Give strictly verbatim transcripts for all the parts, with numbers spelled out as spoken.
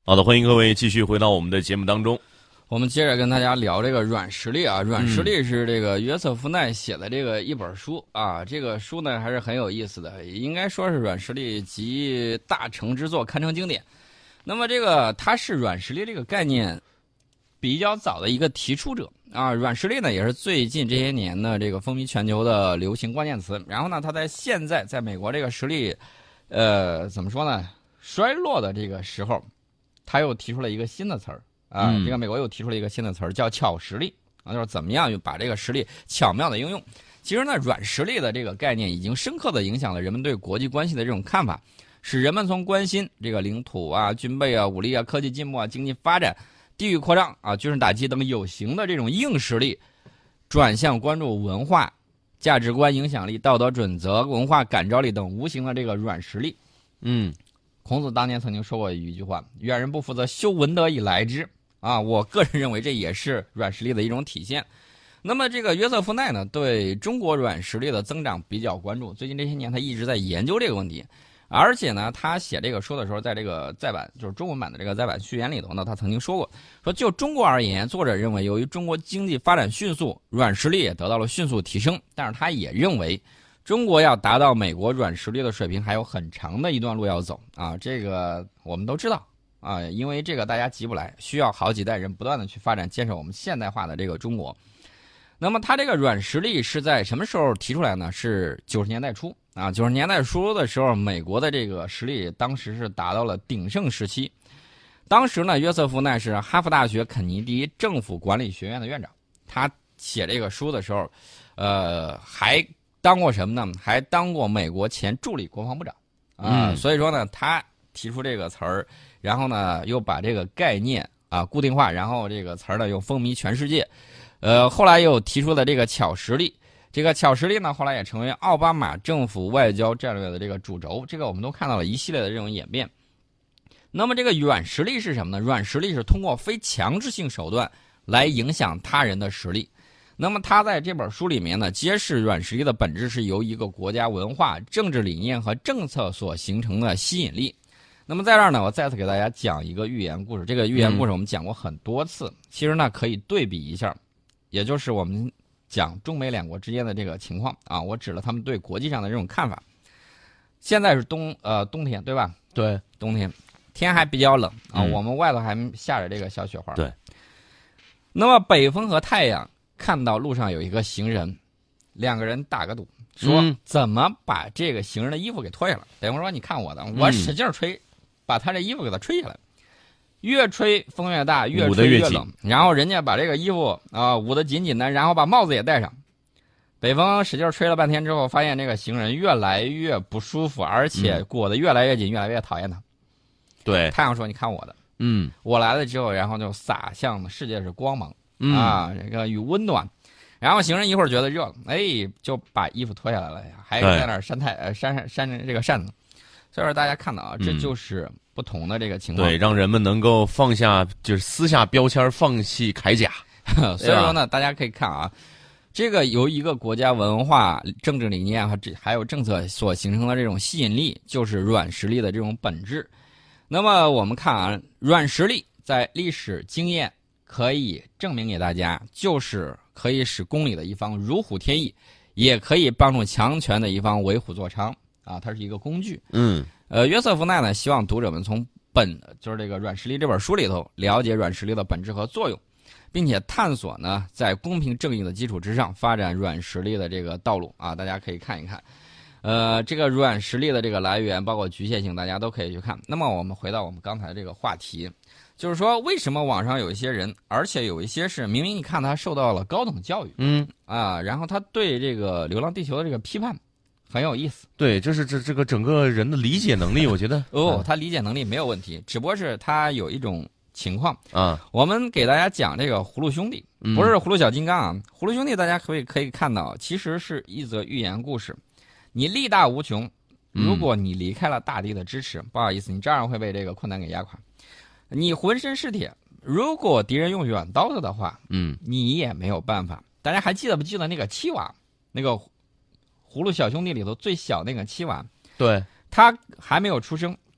好的，欢迎各位继续回到我们的节目当中。 我们接着跟大家聊这个软实力啊，软实力是这个约瑟夫奈写的这个一本书啊，这个书呢还是很有意思的，应该说是软实力集大成之作，堪称经典。那么这个他是软实力这个概念比较早的一个提出者啊，软实力呢也是最近这些年呢这个风靡全球的流行关键词。然后呢，他在现在在美国这个实力，呃，怎么说呢，衰落的这个时候，他又提出了一个新的词儿。啊，这个美国又提出了一个新的词儿，叫巧实力啊，就是怎么样把这个实力巧妙的应用。其实呢，软实力的这个概念已经深刻的影响了人们对国际关系的这种看法，使人们从关心这个领土啊、军备啊、武力啊、科技进步啊、经济发展、地域扩张啊、军事打击等有形的这种硬实力，转向关注文化、价值观、影响力、道德准则、文化感召力等无形的这个软实力。 嗯， 孔子当年曾经说过一句话：“远人不负责，修文德以来之。”啊，我个人认为这也是软实力的一种体现。那么这个约瑟夫奈呢，对中国软实力的增长比较关注，最近这些年他一直在研究这个问题。而且呢，他写这个书的时候，在这个再版就是中文版的这个再版序言里头呢，他曾经说过，说就中国而言，作者认为由于中国经济发展迅速，软实力也得到了迅速提升，但是他也认为中国要达到美国软实力的水平还有很长的一段路要走啊，这个我们都知道。啊，因为这个大家急不来，需要好几代人不断的去发展建设我们现代化的这个中国。那么它这个软实力是在什么时候提出来呢？是九十年代初啊，九十年代初的时候，美国的这个实力当时是达到了鼎盛时期。当时呢，约瑟夫奈是哈佛大学肯尼迪政府管理学院的院长，他写这个书的时候，呃，还当过什么呢？还当过美国前助理国防部长啊， 嗯、 所以说呢，他提出这个词儿。然后呢，又把这个概念啊固定化，然后这个词儿呢又风靡全世界。呃，后来又提出了这个巧实力，这个巧实力呢，后来也成为奥巴马政府外交战略的这个主轴。这个我们都看到了一系列的这种演变。那么这个软实力是什么呢？软实力是通过非强制性手段来影响他人的实力。那么他在这本书里面呢，揭示软实力的本质是由一个国家文化、政治理念和政策所形成的吸引力。那么在这儿呢，我再次给大家讲一个寓言故事。这个寓言故事我们讲过很多次，嗯、其实呢可以对比一下，也就是我们讲中美两国之间的这个情况啊。我指了他们对国际上的这种看法。现在是冬呃冬天对吧？ 对， 冬天天还比较冷啊， 嗯、 我们外头还下着这个小雪花。 对。 那么北风和太阳看到路上有一个行人，两个人打个赌，说怎么把这个行人的衣服给脱下来。北风说：“你看我的，我使劲吹。嗯”把他这衣服给他吹下来，越吹风越大，越吹越冷。然后人家把这个衣服啊、呃、捂得紧紧的，然后把帽子也戴上。北风使劲吹了半天之后，发现这个行人越来越不舒服，而且裹得越来越紧，越来越讨厌他。 对， 太阳说：“你看我的， 嗯， 我来了之后，然后就洒向世界是光芒、 嗯、 啊，这个与温暖。”然后行人一会儿觉得热了，哎，就把衣服脱下来了呀，还在那儿扇太呃扇扇扇这个扇子。所以说大家看到啊，这就是不同的这个情况。 对，让人们能够放下，就是撕下标签，放弃铠甲。 所以说呢，大家可以看啊，这个由一个国家文化、政治理念和这还有政策所形成的这种吸引力，就是软实力的这种本质。那么我们看啊，软实力在历史经验可以证明给大家，就是可以使攻里的一方如虎添翼，也可以帮助强权的一方为虎作伥。啊，它是一个工具。 嗯， 呃，约瑟夫奈呢，希望读者们从本就是这个《软实力》这本书里头了解软实力的本质和作用，并且探索呢，在公平正义的基础之上发展软实力的这个道路啊，大家可以看一看。呃，这个软实力的这个来源，包括局限性，大家都可以去看。那么我们回到我们刚才这个话题，就是说为什么网上有一些人，而且有一些是明明你看他受到了高等教育， 嗯啊，然后他对这个《流浪地球》的这个批判。很有意思， 对，就是这这个整个人的理解能力，我觉得哦，他理解能力没有问题，只不过是他有一种情况啊。 我们给大家讲这个葫芦兄弟，不是葫芦小金刚啊。嗯、葫芦兄弟大家可以可以看到，其实是一则寓言故事。你力大无穷，如果你离开了大地的支持，嗯、不好意思，你照样会被这个困难给压垮。你浑身是铁，如果敌人用远刀子的话， 嗯， 你也没有办法。大家还记得不记得那个七娃，那个？葫芦小兄弟里头最小那个七娃， 对， 他还没有出生，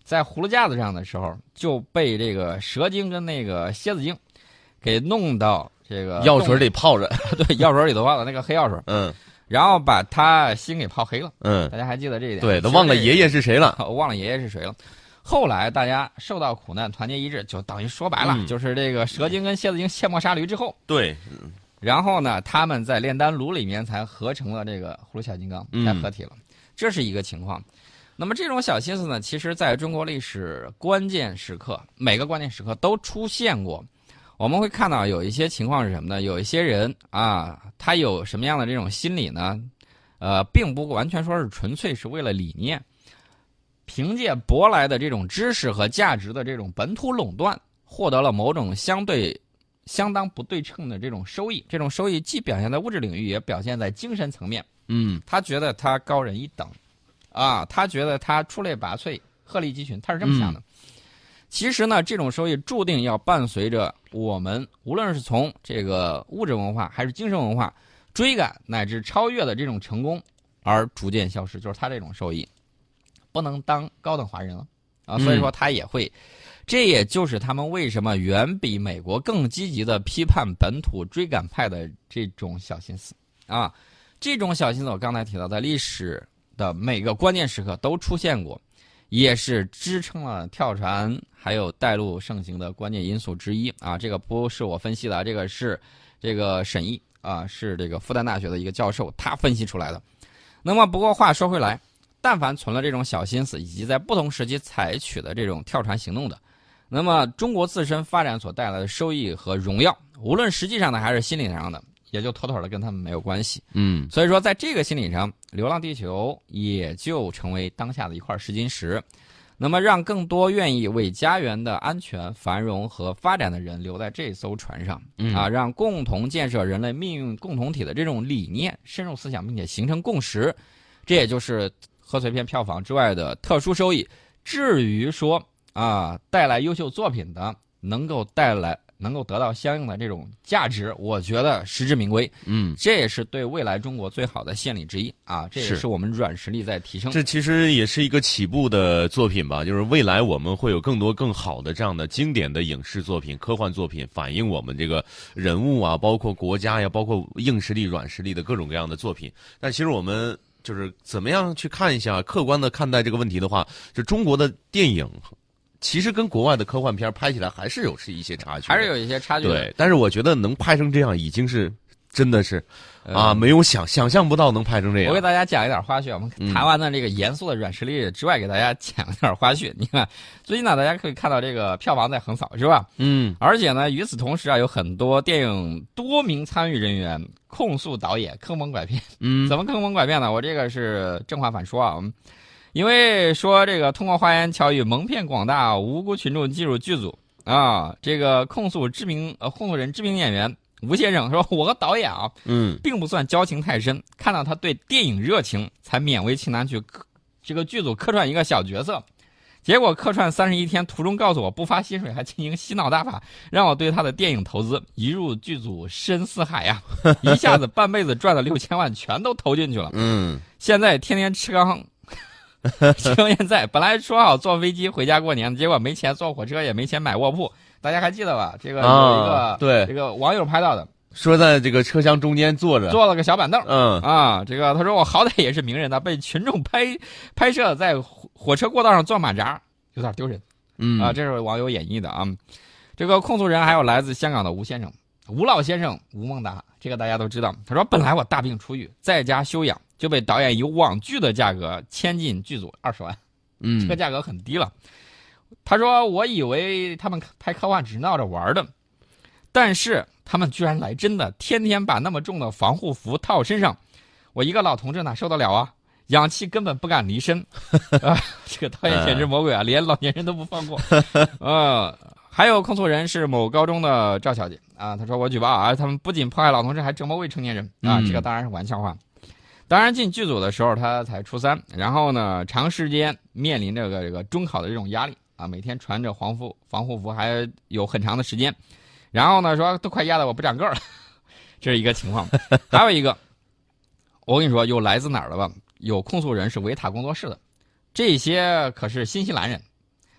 在葫芦架子上的时候，就被这个蛇精跟那个蝎子精给弄到这个药水里泡着， 对，药水里头放的那个黑药水， 嗯， 然后把他心给泡黑了。 嗯， 大家还记得这一点？ 对，都忘了爷爷是谁了， 我忘了爷爷是谁了。后来大家受到苦难，团结一致，就等于说白了， 嗯、 就是这个蛇精跟蝎子精卸磨杀驴之后， 对， 嗯、然后呢，他们在炼丹炉里面才合成了这个葫芦小金刚，才合体了，嗯、这是一个情况。那么这种小心思呢，其实在中国历史关键时刻，每个关键时刻都出现过。我们会看到有一些情况是什么呢？有一些人啊，他有什么样的这种心理呢？呃，并不完全说是纯粹是为了理念，凭借舶来的这种知识和价值的这种本土垄断，获得了某种相对相当不对称的这种收益。这种收益既表现在物质领域，也表现在精神层面。 嗯， 他觉得他高人一等。啊，他觉得他出类拔萃、鹤立鸡群，他是这么想的。嗯、其实呢，这种收益注定要伴随着我们，无论是从这个物质文化还是精神文化追赶乃至超越的这种成功，而逐渐消失。就是他这种收益，不能当高等华人了啊，所以说他也会。嗯、这也就是他们为什么远比美国更积极的批判本土追赶派的这种小心思啊。这种小心思，我刚才提到，在历史的每个关键时刻都出现过，也是支撑了跳船还有带路盛行的关键因素之一啊！这个不是我分析的，这个是这个沈毅啊，是这个复旦大学的一个教授他分析出来的。那么不过话说回来，但凡存了这种小心思，以及在不同时期采取的这种跳船行动的，那么中国自身发展所带来的收益和荣耀，无论实际上的还是心理上的，也就妥妥的跟他们没有关系。 嗯， 所以说在这个心理上，《流浪地球》也就成为当下的一块试金石。那么让更多愿意为家园的安全、繁荣和发展的人留在这艘船上， 嗯、 啊，让共同建设人类命运共同体的这种理念深入思想，并且形成共识。这也就是贺岁片票房之外的特殊收益。至于说啊，带来优秀作品的，能够带来。能够得到相应的这种价值，我觉得实至名归。 嗯， 这也是对未来中国最好的献礼之一啊！这也是我们软实力在提升。 这其实也是一个起步的作品吧，就是未来我们会有更多更好的这样的经典的影视作品、科幻作品，反映我们这个人物啊，包括国家呀，包括硬实力、软实力的各种各样的作品。但其实我们就是怎么样去看一下，客观的看待这个问题的话，就中国的电影。其实跟国外的科幻片拍起来还是有是一些差距， 还是有一些差距。 对，但是我觉得能拍成这样，已经是真的是啊，没有想想象不到能拍成这样。 我给大家讲一点花絮，我们谈完了这个严肃的软实力之外，给大家讲一点花絮。你看，最近呢，大家可以看到这个票房在横扫，是吧？ 嗯。 而且呢，与此同时啊，有很多电影多名参与人员控诉导演坑蒙拐骗。 嗯。 怎么坑蒙拐骗呢？我这个是正话反说啊。因为说这个通过花言巧语蒙骗广大无辜群众进入剧组啊，这个控诉知名呃控诉人知名演员吴先生说，我和导演啊， 嗯， 并不算交情太深，看到他对电影热情，才勉为其难去这个剧组客串一个小角色，结果客串三十一天，途中告诉我不发薪水，还进行洗脑大法，让我对他的电影投资一入剧组深似海呀、啊，一下子半辈子赚的六千万全都投进去了， 嗯， 现在天天吃糠。吃糠咽菜，本来说好坐飞机回家过年，结果没钱坐火车，也没钱买卧铺。大家还记得吧？这个有一个、 啊、对这个网友拍到的， 说在这个车厢中间坐着， 坐了个小板凳。 嗯啊，这个他说我好歹也是名人呢，被群众拍拍摄在火车过道上坐马扎，有点丢人。 嗯啊，这是网友演绎的啊。这个控诉人还有来自香港的吴先生，吴老先生吴孟达，这个大家都知道。他说本来我大病初愈，在家休养。就被导演以网剧的价格签进剧组二十万， 嗯， 这个价格很低了。他说：“我以为他们拍科幻只是闹着玩的，但是他们居然来真的，天天把那么重的防护服套身上，我一个老同志哪受得了啊？氧气根本不敢离身啊！这个导演简直魔鬼啊，连老年人都不放过。呃，还有控诉人是某高中的赵小姐啊，她说我举报啊，他们不仅迫害老同志，还折磨未成年人啊，这个当然是玩笑话。”当然，进剧组的时候他才初三，然后呢，长时间面临这个这个中考的这种压力啊，每天穿着防护防护服还有很长的时间，然后呢说都快压得我不长个儿了，这是一个情况。还有一个，我跟你说，有来自哪儿的吧？有控诉人是维塔工作室的，这些可是新西兰人，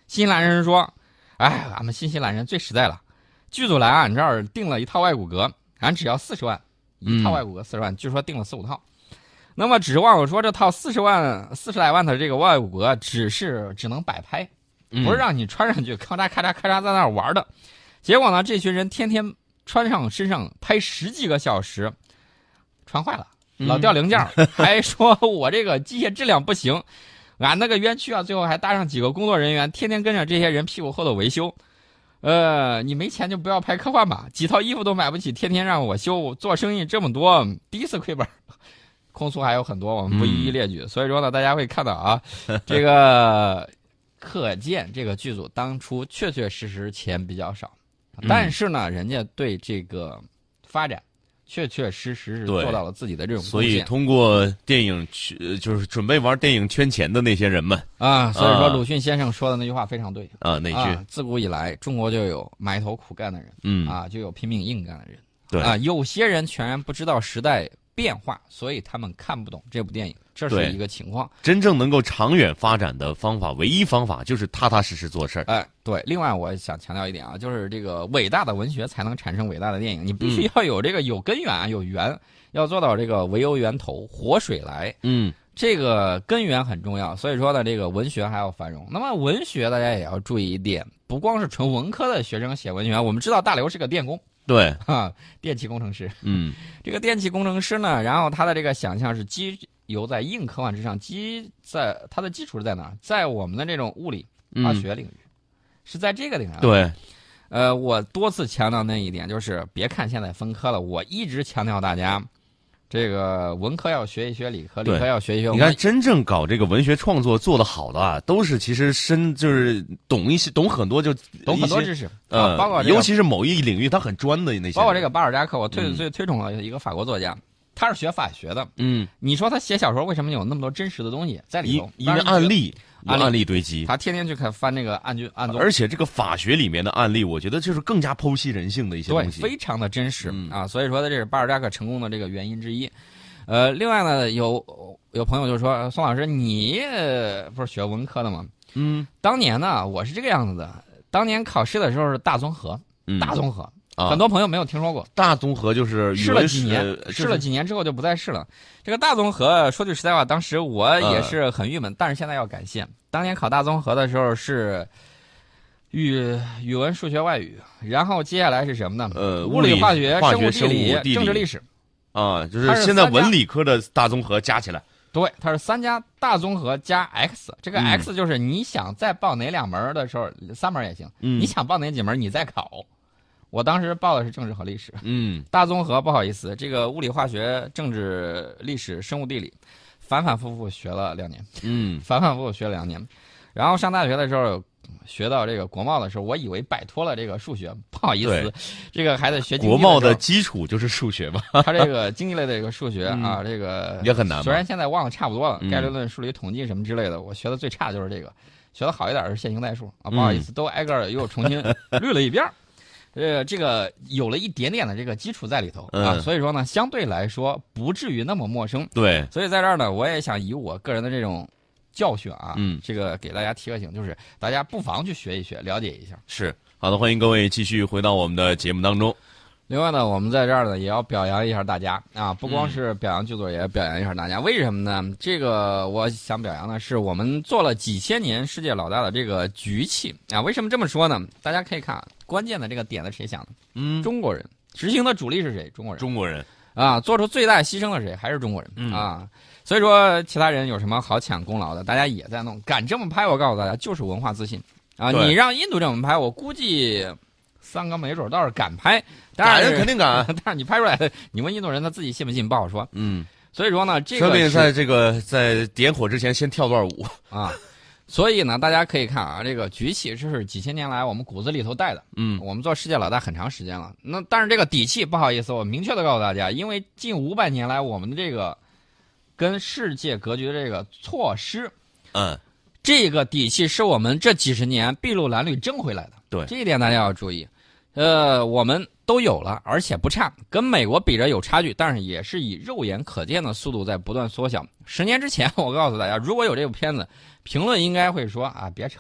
新西兰人说：“哎，俺们新西兰人最实在了，剧组来俺这儿订了一套外骨骼，俺只要四十万一套外骨骼，四十万，据说订了四五套。那么指望我说这套四十万四十来万的这个外骨骼，只是只能摆拍，不是让你穿上去咔嚓咔嚓咔嚓在那儿玩的。结果呢，这群人天天穿上身上拍十几个小时，穿坏了。”老掉零件，还说我这个机械质量不行，俺那个园区啊，最后还搭上几个工作人员，天天跟着这些人屁股后头维修。呃，你没钱就不要拍科幻吧，几套衣服都买不起，天天让我修，做生意这么多，第一次亏本。控诉还有很多，我们不一一列举。嗯、所以说呢，大家会看到啊，这个可见这个剧组当初确确实实钱比较少，但是呢，人家对这个发展。确确实实是做到了自己的这种贡献， 所以通过电影去，就是准备玩电影圈钱的那些人们啊，所以说鲁迅先生说的那句话非常对啊，哪句、 啊？自古以来，中国就有埋头苦干的人， 嗯啊，就有拼命硬干的人， 对啊，有些人全然不知道时代变化，所以他们看不懂这部电影，这是一个情况。 真正能够长远发展的方法，唯一方法就是踏踏实实做事儿。 哎，对。另外，我想强调一点啊，就是这个伟大的文学才能产生伟大的电影，你必须要有这个有根源、有源，要做到这个唯由源头，活水来。 嗯， 这个根源很重要。所以说呢，这个文学还要繁荣。那么文学大家也要注意一点，不光是纯文科的学生写文学，我们知道大刘是个电工。 对啊，电气工程师。 嗯， 这个电气工程师呢，然后他的这个想象是基由在硬科幻之上，基在它的基础是在哪儿？在我们的这种物理、化学领域，嗯、是在这个领域。 对， 呃，我多次强调那一点，就是别看现在分科了，我一直强调大家，这个文科要学一学理科，理科要学一学。 你看，真正搞这个文学创作做得好的啊，都是其实深就是懂一些，懂很多就懂很多知识， 呃， 啊、包括、 这个、尤其是某一领域他很专的那些。 包括这个巴尔扎克，我最最推崇了一个法国作家。嗯，他是学法学的， 嗯， 你说他写小说为什么有那么多真实的东西在里头？ 因为案例， 案案例堆积， 他天天去看翻这个案卷案宗， 而且这个法学里面的案例，我觉得就是更加剖析人性的一些东西， 对，非常的真实、 嗯、 啊。所以说，这是巴尔扎克成功的这个原因之一。呃，另外呢，有有朋友就说，宋老师，你不是学文科的吗？ 嗯， 当年呢，我是这个样子的，当年考试的时候是大综合， 嗯、 大综合。 啊、 很多朋友没有听说过大综合，就是试了几年， 呃、 试了几年之后就不再试了。这个大综合，说句实在话，当时我也是很郁闷，呃、但是现在要感谢，当年考大综合的时候是语语文、数学、外语，然后接下来是什么呢？ 呃， 物理、化学、 化学生物、地理、 政治、历史。 啊，就是现在文理科的大综合加起来， 对，它是三加大综合加 X， 这个 X 就是你想再报哪两门的时候，嗯、三门也行， 嗯、 你想报哪几门你再考。我当时报的是政治和历史， 嗯， 大综合不好意思，这个物理、化学、政治、历史、生物、地理，反反复复学了两年， 嗯， 反反复复学了两年，然后上大学的时候学到这个国贸的时候，我以为摆脱了这个数学，不好意思，这个还得学经济。 国贸的基础就是数学嘛， 它这个经济类的这个数学啊， 嗯、 这个也很难。 虽然现在忘了差不多了， 嗯、 概率论、数理统计什么之类的，我学的最差就是这个，学的好一点是线性代数啊，不好意思，嗯、都挨个又重新捋了一遍。呃，这个有了一点点的这个基础在里头啊， 嗯、 所以说呢，相对来说不至于那么陌生。 对， 所以在这儿呢，我也想以我个人的这种教训啊， 嗯， 这个给大家提个醒，就是大家不妨去学一学，了解一下。 是，好的，欢迎各位继续回到我们的节目当中。 另外呢，我们在这儿呢也要表扬一下大家啊，不光是表扬剧组，也要表扬一下大家。为什么呢？这个我想表扬的是我们做了几千年世界老大的这个局气啊。为什么这么说呢？大家可以看，关键的这个点子谁想的？ 嗯， 中国人。执行的主力是谁？中国人。 中国人啊，做出最大牺牲的是谁？还是中国人、 嗯、 啊。所以说，其他人有什么好抢功劳的？大家也在弄，敢这么拍，我告诉大家，就是文化自信啊。你让印度这么拍，我估计。三哥没准倒是敢拍，当然人肯定敢， 但是你拍出来，你问印度人他自己信不信不好说。 嗯， 所以说呢，这个说不定在这个在点火之前先跳段舞啊。所以呢，大家可以看啊，这个举起这是几千年来我们骨子里头带的。 嗯， 我们做世界老大很长时间了。那但是这个底气，不好意思，我明确的告诉大家，因为近五百年来我们的这个跟世界格局的这个措施， 嗯， 这个底气是我们这几十年筚路蓝缕争回来的。 对， 这一点大家要注意。呃，我们都有了，而且不差，跟美国比着有差距，但是也是以肉眼可见的速度在不断缩小。十年之前，我告诉大家，如果有这部片子，评论应该会说啊，别扯了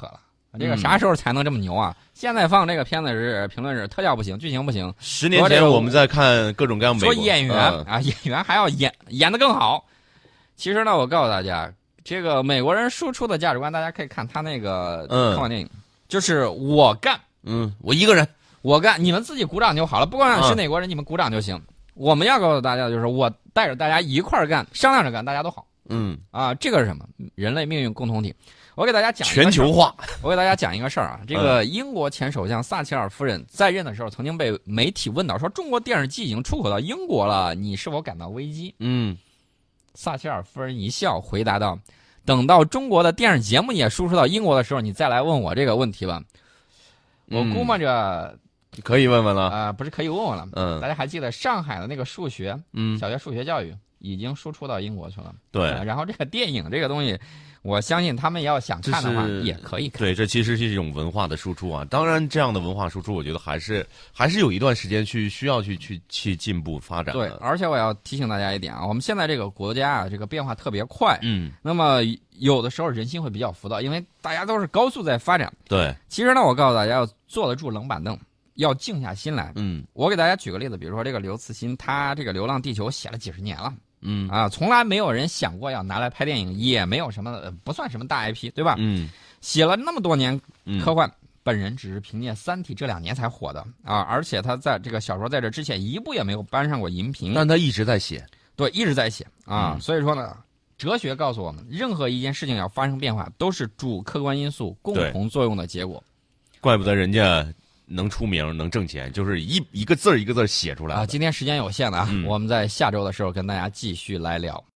这个啥时候才能这么牛啊？现在放这个片子是评论是特效不行，剧情不行。 十年前我们在看各种各样美国说演员、嗯、啊，演员还要演演得更好。其实呢，我告诉大家，这个美国人输出的价值观，大家可以看他那个科幻电影，嗯、就是我干， 嗯，我一个人， 我干，你们自己鼓掌就好了，不管是哪国人，嗯、你们鼓掌就行。我们要告诉大家的就是，我带着大家一块儿干，商量着干，大家都好。 嗯啊，这个是什么？人类命运共同体。我给大家讲一个全球化。 我给大家讲一个事儿啊，这个英国前首相撒切尔夫人在任的时候，曾经被媒体问到说，中国电视机已经出口到英国了，你是否感到危机？ 嗯， 撒切尔夫人一笑，回答道：“等到中国的电视节目也输出到英国的时候，你再来问我这个问题吧。”我估摸着。 嗯可以问问了啊、呃，不是可以问问了。 嗯， 大家还记得上海的那个数学， 嗯， 小学数学教育已经输出到英国去了。 对、 呃，然后这个电影这个东西，我相信他们要想看的话也可以看。 对，这其实是一种文化的输出啊。当然，这样的文化输出，我觉得还是还是有一段时间去需要去去去进步发展的。 对，而且我要提醒大家一点啊，我们现在这个国家啊，这个变化特别快。 嗯， 那么有的时候人心会比较浮躁，因为大家都是高速在发展。 对， 其实呢，我告诉大家，要坐得住冷板凳。要静下心来。 嗯， 我给大家举个例子，比如说这个刘慈欣，他这个《流浪地球》写了几十年了， 嗯啊，从来没有人想过要拿来拍电影，也没有什么不算什么大 I P， 对吧？ 嗯， 写了那么多年科幻，嗯、本人只是凭借《三体》这两年才火的啊，而且他在这个小说在这之前一部也没有搬上过荧屏， 但他一直在写， 对，一直在写啊， 嗯、 所以说呢。哲学告诉我们，任何一件事情要发生变化，都是主客观因素共同作用的结果。 怪不得人家能出名能挣钱，就是一一个字儿一个字儿写出来啊。今天时间有限的啊， 嗯、 我们在下周的时候跟大家继续来聊。